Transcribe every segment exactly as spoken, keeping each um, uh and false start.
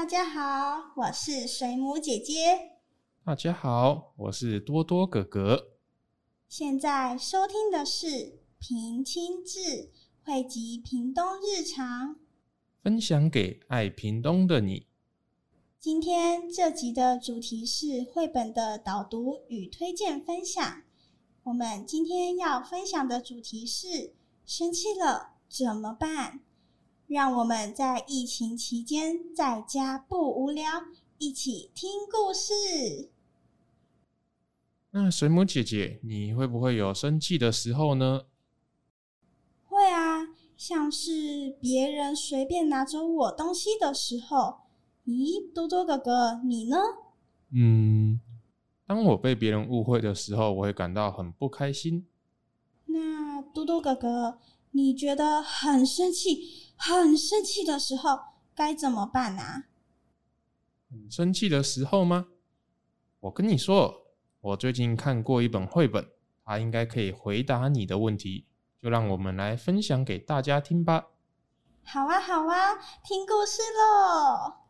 大家好，我是水母姐姐。 大家好，我是多多哥哥。 现在收听的是屏亲志，汇集屏东日常， 分享给爱屏东的你。 今天这集的主题是绘本的导读与推荐分享。我们今天要分享的主题是生气了怎么办？让我们在疫情期间在家不无聊，一起听故事。 那水母姐姐，你会不会有生气的时候呢？ 会啊，像是别人随便拿走我东西的时候。咦，多多哥哥，你呢？ 嗯，当我被别人误会的时候，我会感到很不开心。 那多多哥哥，你觉得很生气、很生气的时候该怎么办啊？ 很生气的时候吗？我跟你说，我最近看过一本绘本，它应该可以回答你的问题，就让我们来分享给大家听吧。 好啊，好啊，听故事咯。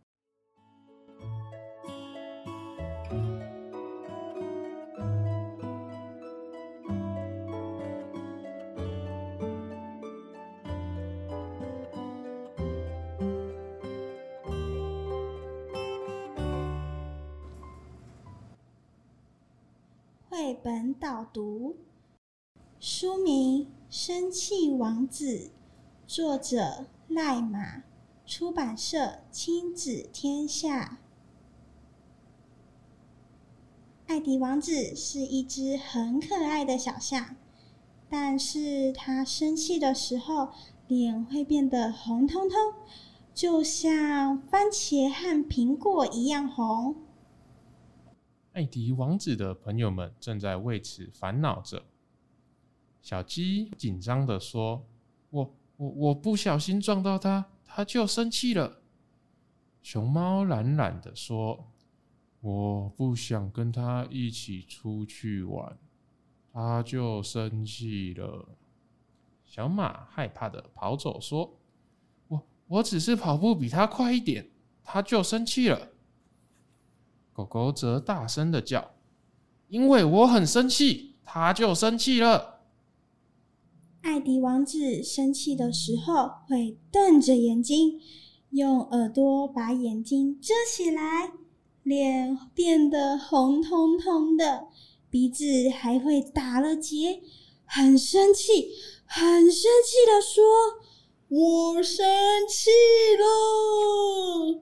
绘本导读，书名《生气王子》，作者赖马，出版社亲子天下。艾迪王子是一只很可爱的小象，但是他生气的时候，脸会变得红彤彤，就像番茄和苹果一样红。 艾迪王子的朋友们正在为此烦恼着。小鸡紧张地说：我我我不小心撞到它，它就生气了。熊猫懒懒地说：我不想跟它一起出去玩，它就生气了。小马害怕地跑走说：我我只是跑步比它快一点，它就生气了。狗狗则大声的叫：因为我很生气，它就生气了。 艾迪王子生气的时候会瞪着眼睛，用耳朵把眼睛遮起来，脸变得红彤彤的，鼻子还会打了结，很生气，很生气的说：我生气了。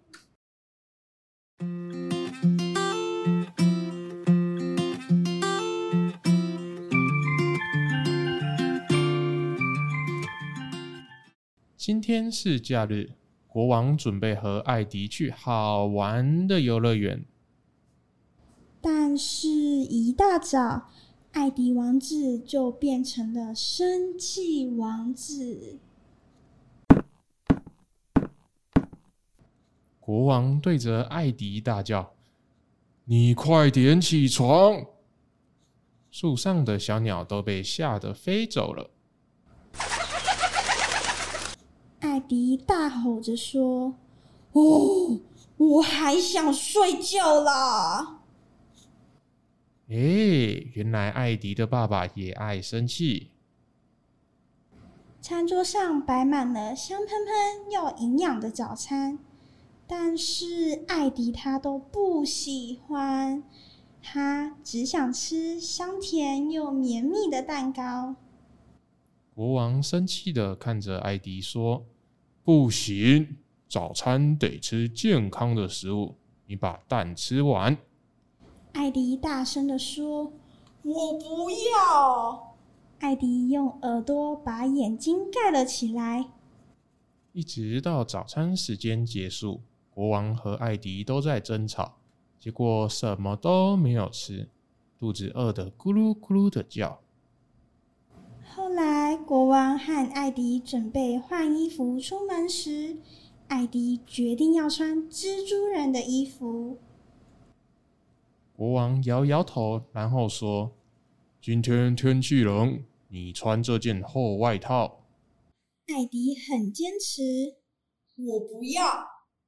今天是假日，国王准备和艾迪去好玩的游乐园。 但是一大早，艾迪王子就变成了生气王子。 国王对着艾迪大叫：你快点起床！树上的小鸟都被吓得飞走了。 艾迪大吼着说：哦，我还想睡觉啦！ 诶，原来艾迪的爸爸也爱生气。 餐桌上摆满了香喷喷又营养的早餐，但是艾迪他都不喜欢，他只想吃香甜又绵密的蛋糕。 国王生气地看着艾迪说：不行，早餐得吃健康的食物，你把蛋吃完。 艾迪大声地说：我不要！艾迪用耳朵把眼睛盖了起来。 一直到早餐时间结束，国王和艾迪都在争吵，结果什么都没有吃，肚子饿得咕噜咕噜的叫。 后来，国王和艾迪准备换衣服出门时，艾迪决定要穿蜘蛛人的衣服。 国王摇摇头，然后说：今天天气冷，你穿这件厚外套。 艾迪很坚持，我不要。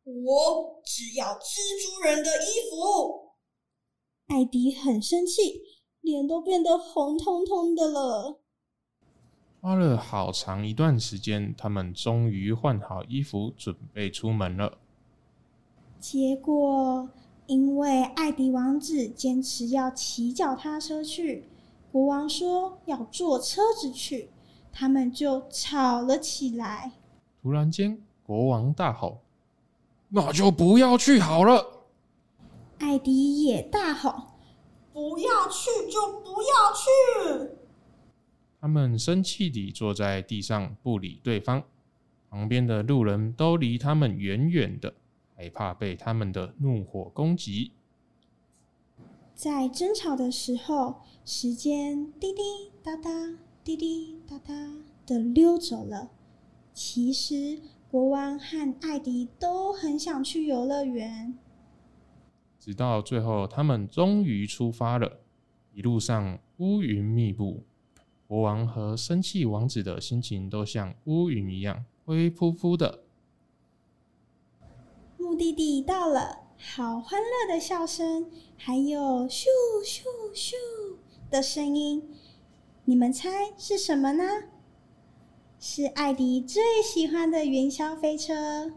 我只要蜘蛛人的衣服。 艾迪很生气，脸都变得红彤彤的了。 花了好长一段时间，他们终于换好衣服，准备出门了。 结果，因为艾迪王子坚持要骑脚踏车去，国王说要坐车子去，他们就吵了起来。 突然间，国王大吼：“那就不要去好了！” 艾迪也大吼：“ 不要去就不要去！” 他们生气地坐在地上不理对方，旁边的路人都离他们远远的，害怕被他们的怒火攻击。 在争吵的时候，时间滴滴答答、滴滴答答的溜走了。其实，国王和艾迪都很想去游乐园。 直到最后，他们终于出发了。一路上乌云密布，国王和生气王子的心情都像乌云一样灰扑扑的。 目的地到了，好欢乐的笑声，还有咻咻咻的声音。你们猜是什么呢？是艾迪最喜欢的云霄飞车。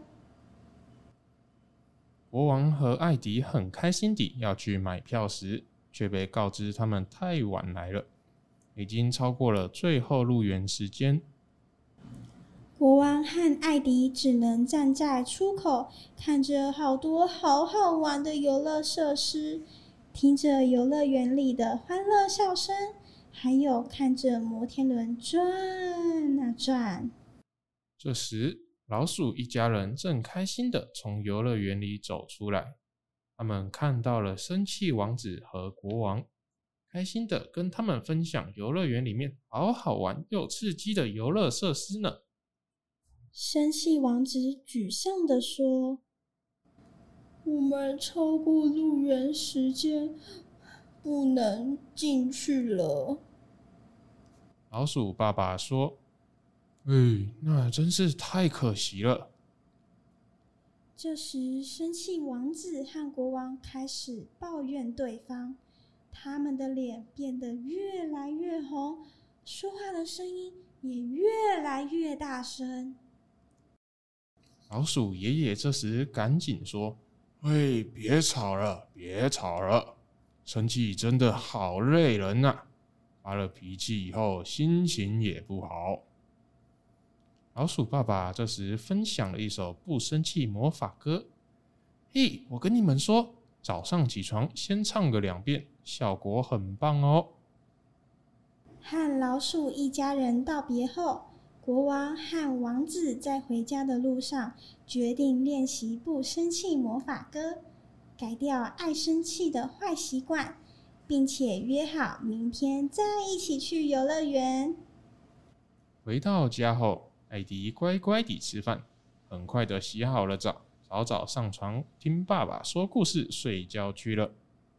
国王和艾迪很开心地要去买票时，却被告知他们太晚来了，已经超过了最后入园时间。 国王和艾迪只能站在出口，看着好多好好玩的游乐设施，听着游乐园里的欢乐笑声，还有看着摩天轮转啊转。 这时，老鼠一家人正开心地从游乐园里走出来，他们看到了生气王子和国王，开心地跟他们分享游乐园里面好好玩又刺激的游乐设施呢。 生气王子沮丧地说：“ 我们超过入园时间，不能进去了。” 老鼠爸爸说：“哎，那真是太可惜了。” 这时，生气王子和国王开始抱怨对方，他们的脸变得越来越红，说话的声音也越来越大声。 老鼠爷爷这时赶紧说：“喂，别吵了，别吵了，生气真的好累人啊，发了脾气以后心情也不好。”老鼠爸爸这时分享了一首不生气魔法歌。嘿，我跟你们说，早上起床先唱个两遍，效果很棒哦。 和老鼠一家人道别后，国王和王子在回家的路上决定练习不生气魔法歌，改掉爱生气的坏习惯，并且约好明天再一起去游乐园。 回到家后，艾迪乖乖地吃饭，很快的洗好了澡，早早上床听爸爸说故事睡觉去了。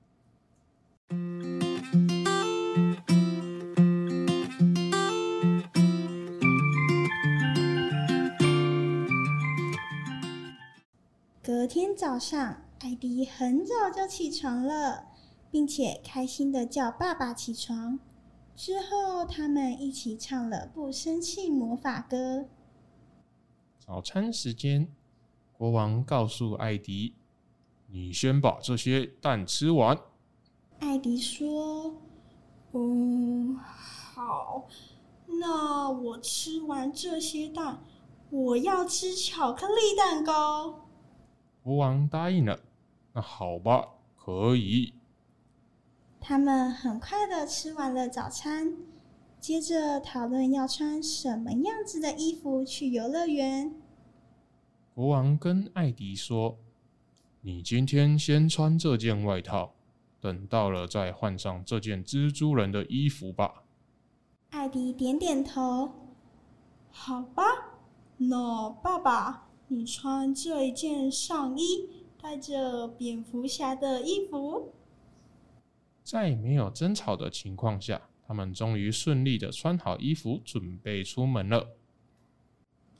隔天早上，艾迪很早就起床了，并且开心的叫爸爸起床。之后，他们一起唱了不生气魔法歌。 早餐时间，国王告诉艾迪：“你先把这些蛋吃完。” 艾迪说：“ 嗯，好，那我吃完这些蛋，我要吃巧克力蛋糕。” 国王答应了。那好吧，可以。 他们很快的吃完了早餐，接着讨论要穿什么样子的衣服去游乐园。 国王跟艾迪说：“你今天先穿这件外套，等到了再换上这件蜘蛛人的衣服吧。” 艾迪点点头：“ 好吧，那爸爸，你穿这一件上衣，带着蝙蝠侠的衣服。” 在没有争吵的情况下，他们终于顺利的穿好衣服，准备出门了。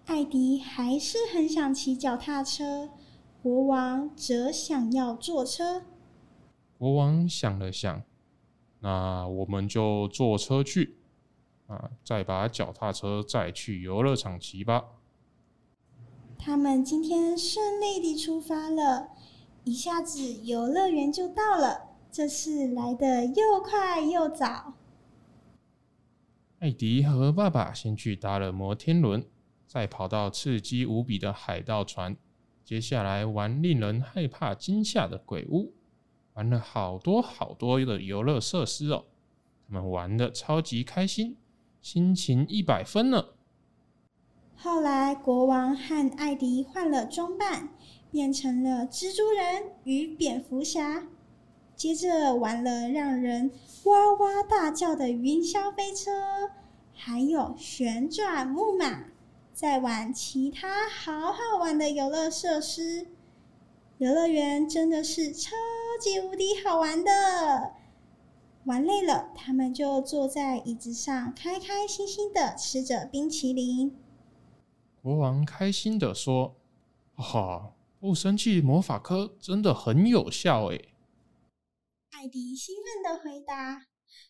艾迪还是很想骑脚踏车，国王则想要坐车。 国王想了想，那我们就坐车去，啊，再把脚踏车载去游乐场骑吧。 他们今天顺利地出发了，一下子游乐园就到了。这次来得又快又早。 艾迪和爸爸先去搭了摩天轮，再跑到刺激无比的海盗船，接下来玩令人害怕惊吓的鬼屋，玩了好多好多的游乐设施哦。他们玩得超级开心，心情一百分呢。 后来国王和艾迪换了装扮，变成了蜘蛛人与蝙蝠侠，接着玩了让人哇哇大叫的云霄飞车，还有旋转木马，再玩其他好好玩的游乐设施。游乐园真的是超级无敌好玩的。玩累了，他们就坐在椅子上，开开心心的吃着冰淇淋。 国王开心地说：哈，不生气魔法科真的很有效诶。 艾迪兴奋地回答：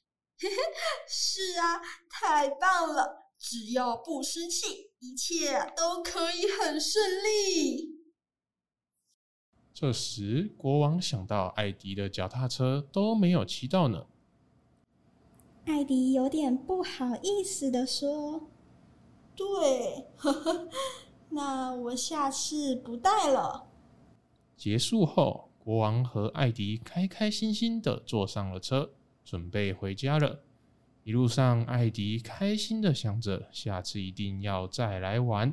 是啊，太棒了！只要不生气，一切都可以很顺利。 这时，国王想到艾迪的脚踏车都没有骑到呢。 艾迪有点不好意思地说： 对，呵呵，那我下次不带了。 结束后，国王和艾迪开开心心地坐上了车，准备回家了。一路上，艾迪开心地想着，下次一定要再来玩。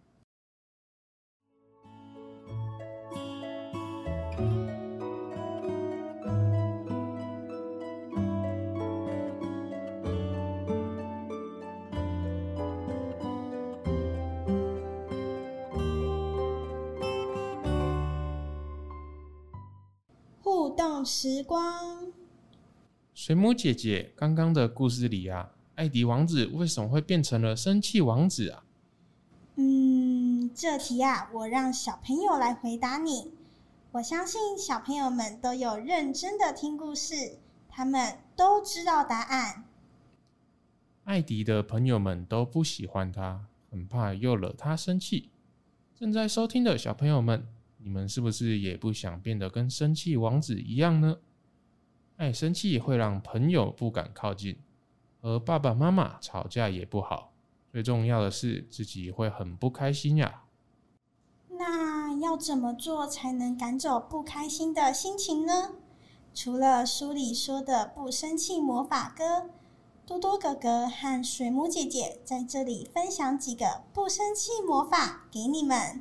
互动时光。 水母姐姐，刚刚的故事里啊，艾迪王子为什么会变成了生气王子啊？ 嗯，这题啊，我让小朋友来回答你。我相信小朋友们都有认真的听故事，他们都知道答案。 艾迪的朋友们都不喜欢他，很怕又惹他生气。正在收听的小朋友们，你们是不是也不想变得跟生气王子一样呢？爱生气会让朋友不敢靠近，和爸爸妈妈吵架也不好。最重要的是，自己会很不开心呀。 那要怎么做才能赶走不开心的心情呢？除了书里说的不生气魔法歌，多多哥哥和水母姐姐在这里分享几个不生气魔法给你们。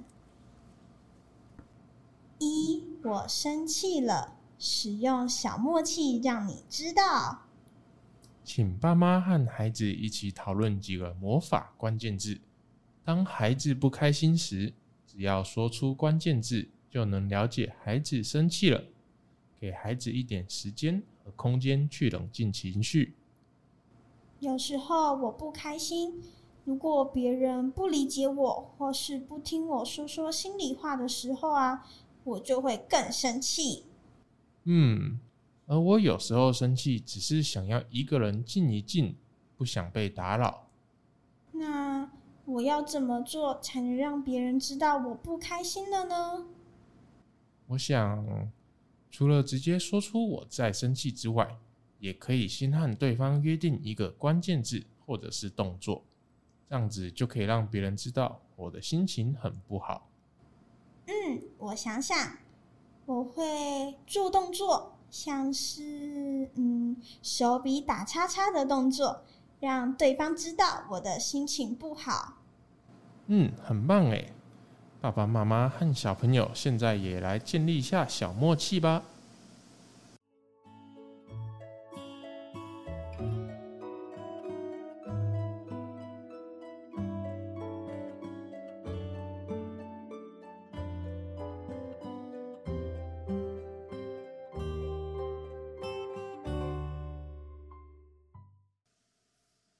一，我生气了，使用小默契让你知道。 请爸妈和孩子一起讨论几个魔法关键字。当孩子不开心时，只要说出关键字，就能了解孩子生气了。给孩子一点时间和空间去冷静情绪。 有时候我不开心，如果别人不理解我，或是不听我说说心里话的时候啊，我就会更生气。 嗯，而我有时候生气，只是想要一个人静一静，不想被打扰。 那我要怎么做才能让别人知道我不开心了呢？ 我想，除了直接说出我在生气之外，也可以先和对方约定一个关键字或者是动作，这样子就可以让别人知道我的心情很不好。 嗯，我想想，我会做动作，像是嗯手比打叉叉的动作，让对方知道我的心情不好。 嗯，很棒耶。爸爸妈妈和小朋友现在也来建立一下小默契吧。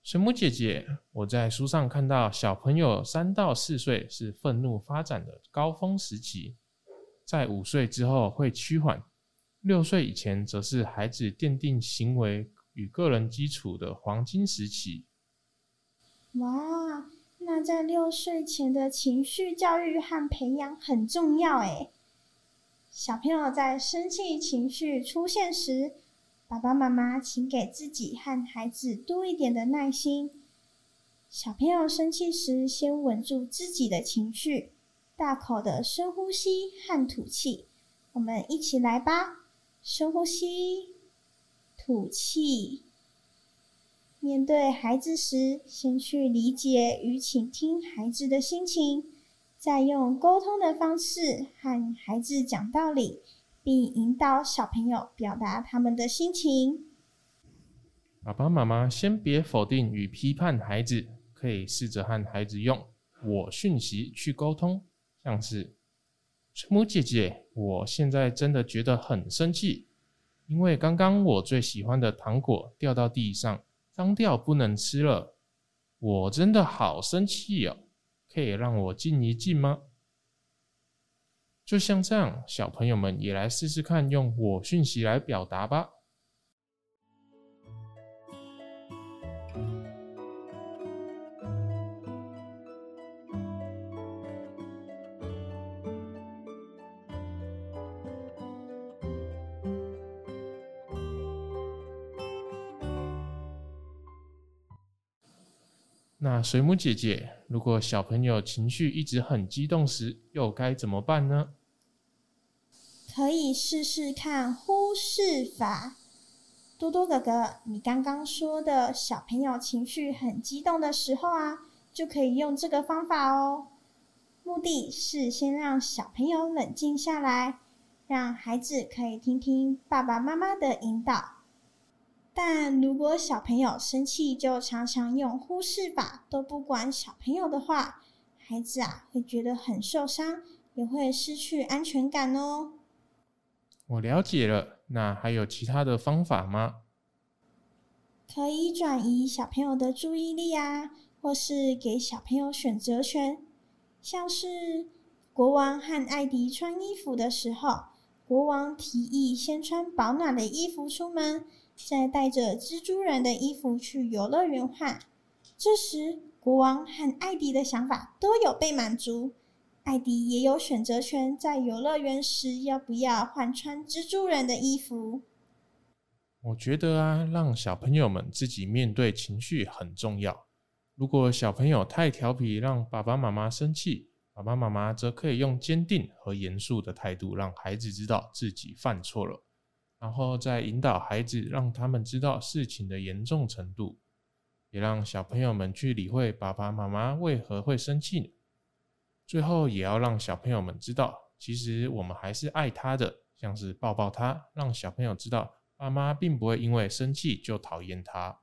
水母姐姐，我在书上看到小朋友三到四岁是愤怒发展的高峰时期，在五岁之后会趋缓，六岁以前则是孩子奠定行为与个人基础的黄金时期。 哇，那在六岁前的情绪教育和培养很重要耶。小朋友在生气情绪出现时，爸爸妈妈请给自己和孩子多一点的耐心。小朋友生气时，先稳住自己的情绪，大口的深呼吸和吐气。我们一起来吧，深呼吸，吐气。面对孩子时，先去理解与倾听孩子的心情，再用沟通的方式和孩子讲道理，并引导小朋友表达他们的心情。 爸爸妈妈先别否定与批判孩子，可以试着和孩子用我讯息去沟通，像是水母姐姐，我现在真的觉得很生气，因为刚刚我最喜欢的糖果掉到地上，脏掉不能吃了，我真的好生气哦，可以让我静一静吗？就像这样，小朋友们也来试试看用我讯息来表达吧。那水母姐姐，如果小朋友情绪一直很激动时，又该怎么办呢？ 可以试试看忽视法。多多哥哥，你刚刚说的小朋友情绪很激动的时候啊，就可以用这个方法哦。目的是先让小朋友冷静下来，让孩子可以听听爸爸妈妈的引导。但如果小朋友生气就常常用忽视法，都不管小朋友的话，孩子啊会觉得很受伤，也会失去安全感哦。 我了解了，那还有其他的方法吗？ 可以转移小朋友的注意力啊，或是给小朋友选择权。像是国王和艾迪穿衣服的时候，国王提议先穿保暖的衣服出门，再带着蜘蛛人的衣服去游乐园换。这时，国王和艾迪的想法都有被满足，艾迪也有选择权，在游乐园时要不要换穿蜘蛛人的衣服。 我觉得啊，让小朋友们自己面对情绪很重要。如果小朋友太调皮，让爸爸妈妈生气，爸爸妈妈则可以用坚定和严肃的态度，让孩子知道自己犯错了，然后再引导孩子，让他们知道事情的严重程度，也让小朋友们去理会爸爸妈妈为何会生气呢？最后也要让小朋友们知道，其实我们还是爱他的，像是抱抱他，让小朋友知道爸妈并不会因为生气就讨厌他。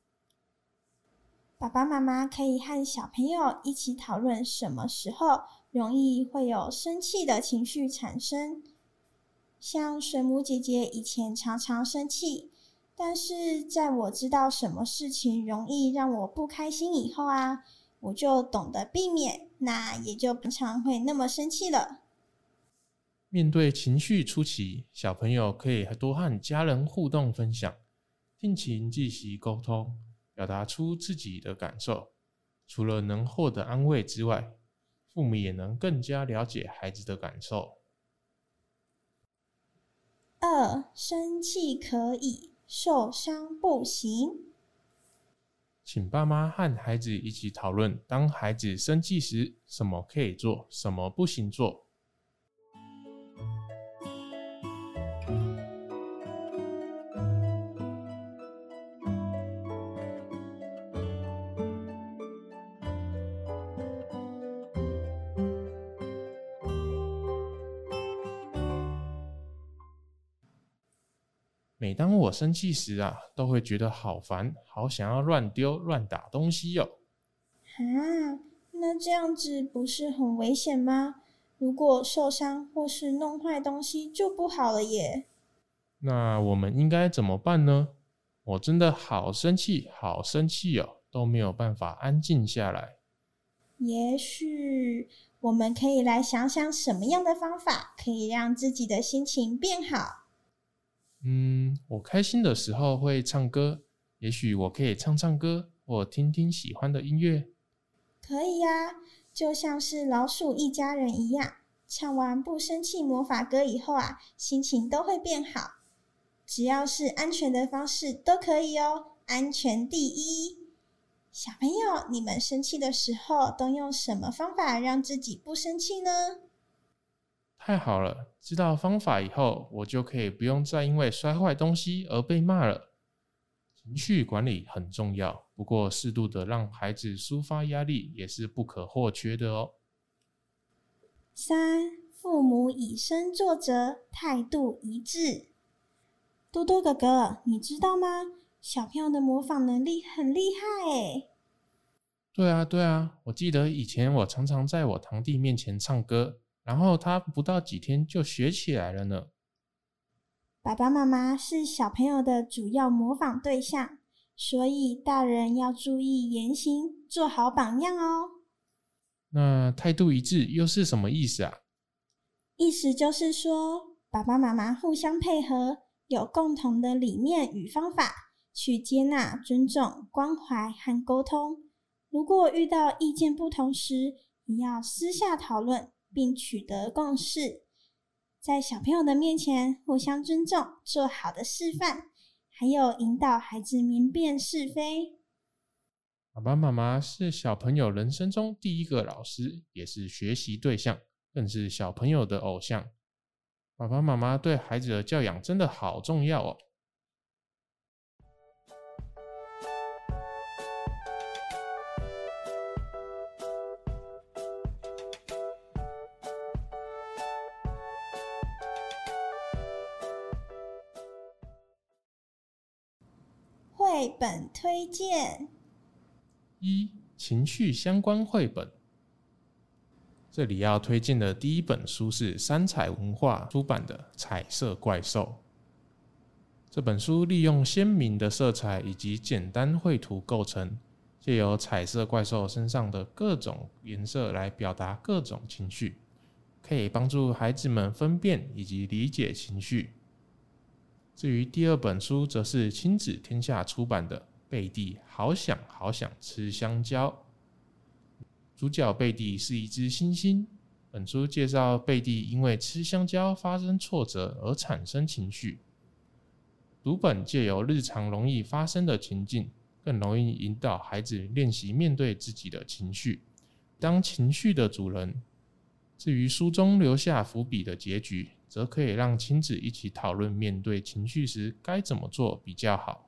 爸爸妈妈可以和小朋友一起讨论什么时候容易会有生气的情绪产生。像水母姐姐以前常常生气，但是在我知道什么事情容易让我不开心以后啊，我就懂得避免，那也就不常会那么生气了。 面对情绪初期，小朋友可以多和家人互动分享，定期进行沟通，表达出自己的感受。除了能获得安慰之外，父母也能更加了解孩子的感受。 二，生气可以，受伤不行。 请爸妈和孩子一起讨论，当孩子生气时，什么可以做，什么不行做。每当我生气时啊，都会觉得好烦，好想要乱丢乱打东西哦。 啊，那这样子不是很危险吗？如果受伤或是弄坏东西就不好了耶。 那我们应该怎么办呢？我真的好生气，好生气哦！ 都没有办法安静下来。 也许我们可以来想想什么样的方法可以让自己的心情变好。 嗯，我开心的时候会唱歌，也许我可以唱唱歌，或听听喜欢的音乐。 可以啊，就像是老鼠一家人一样，唱完不生气魔法歌以后啊，心情都会变好。只要是安全的方式都可以哦，安全第一。小朋友，你们生气的时候都用什么方法让自己不生气呢？ 太好了，知道方法以后，我就可以不用再因为摔坏东西而被骂了。情绪管理很重要，不过适度的让孩子抒发压力也是不可或缺的哦。 三，父母以身作则，态度一致。多多哥哥，你知道吗？小朋友的模仿能力很厉害耶。 对啊，对啊，我记得以前我常常在我堂弟面前唱歌，然后他不到几天就学起来了呢。 爸爸妈妈是小朋友的主要模仿对象，所以大人要注意言行，做好榜样哦。 那态度一致又是什么意思啊？ 意思就是说，爸爸妈妈互相配合，有共同的理念与方法，去接纳、尊重、关怀和沟通。如果遇到意见不同时，也要私下讨论，并取得共识。在小朋友的面前互相尊重，做好的示范，还有引导孩子明辨是非。 爸爸妈妈是小朋友人生中第一个老师，也是学习对象，更是小朋友的偶像。爸爸妈妈对孩子的教养真的好重要哦。 绘本推荐一、情绪相关绘本。这里要推荐的第一本书是三彩文化出版的《彩色怪兽》。这本书利用鲜明的色彩以及简单绘图构成，藉由彩色怪兽身上的各种颜色来表达各种情绪，可以帮助孩子们分辨以及理解情绪。至于第二本书，则是亲子天下出版的《贝蒂好想好想吃香蕉》。主角贝蒂是一只猩猩，本书介绍贝蒂因为吃香蕉发生挫折而产生情绪。读本借由日常容易发生的情境，更容易引导孩子练习面对自己的情绪，当情绪的主人。至于书中留下伏笔的结局，则可以让亲子一起讨论面对情绪时该怎么做比较好。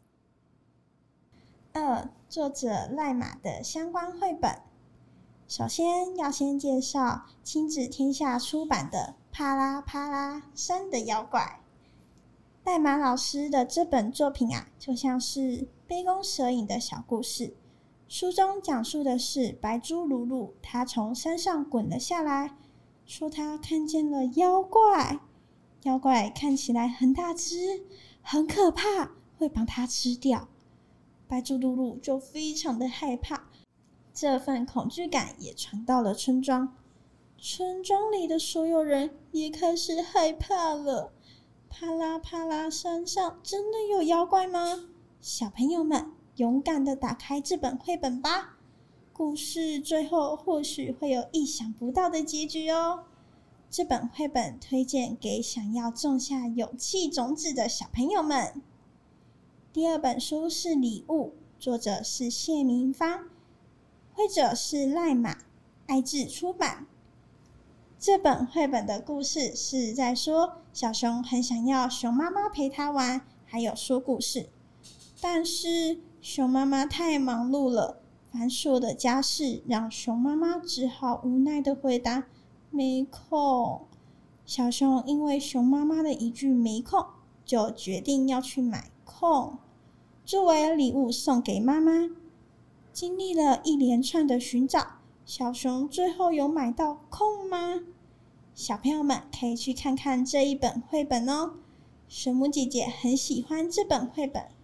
二、作者赖马的相关绘本。首先要先介绍亲子天下出版的《啪啦啪啦山的妖怪》。赖马老师的这本作品啊，就像是杯弓蛇影的小故事。书中讲述的是白猪鲁鲁，他从山上滚了下来，说他看见了妖怪。妖怪看起来很大只，很可怕，会把他吃掉。白猪鲁鲁就非常的害怕，这份恐惧感也传到了村庄。村庄里的所有人也开始害怕了。啪啦啪啦，山上真的有妖怪吗？小朋友们，勇敢的打开这本绘本吧，故事最后或许会有意想不到的结局哦。这本绘本推荐给想要种下勇气种子的小朋友们。第二本书是《礼物》，作者是谢明芳，绘者是赖马，爱智出版。这本绘本的故事是在说，小熊很想要熊妈妈陪它玩，还有说故事。但是熊妈妈太忙碌了，繁琐的家事让熊妈妈只好无奈的回答没空。小熊因为熊妈妈的一句没空，就决定要去买空，作为礼物送给妈妈。经历了一连串的寻找，小熊最后有买到空吗？小朋友们可以去看看这一本绘本哦。神母姐姐很喜欢这本绘本，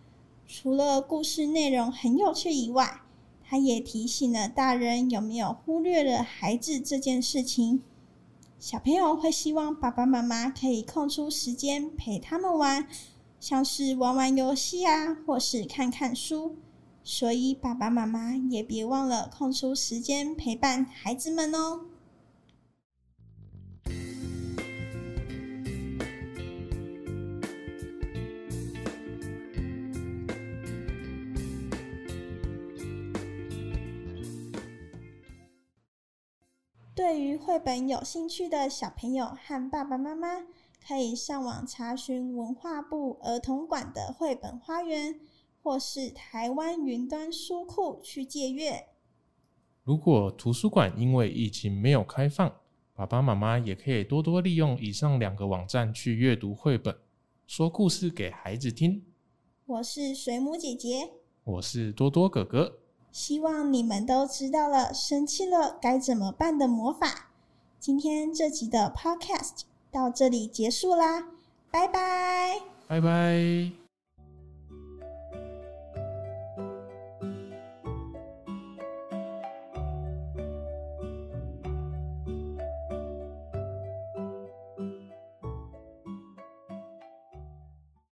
除了故事内容很有趣以外，他也提醒了大人有没有忽略了孩子这件事情。小朋友会希望爸爸妈妈可以空出时间陪他们玩，像是玩玩游戏啊，或是看看书。所以爸爸妈妈也别忘了空出时间陪伴孩子们哦。对于绘本有兴趣的小朋友和爸爸妈妈，可以上网查询文化部儿童馆的绘本花园，或是台湾云端书库去借阅。 如果图书馆因为疫情没有开放，爸爸妈妈也可以多多利用以上两个网站去阅读绘本，说故事给孩子听。 我是水母姐姐， 我是多多哥哥。 希望你们都知道了生气了该怎么办的魔法。今天这集的 podcast 到这里结束啦，拜拜， 拜拜。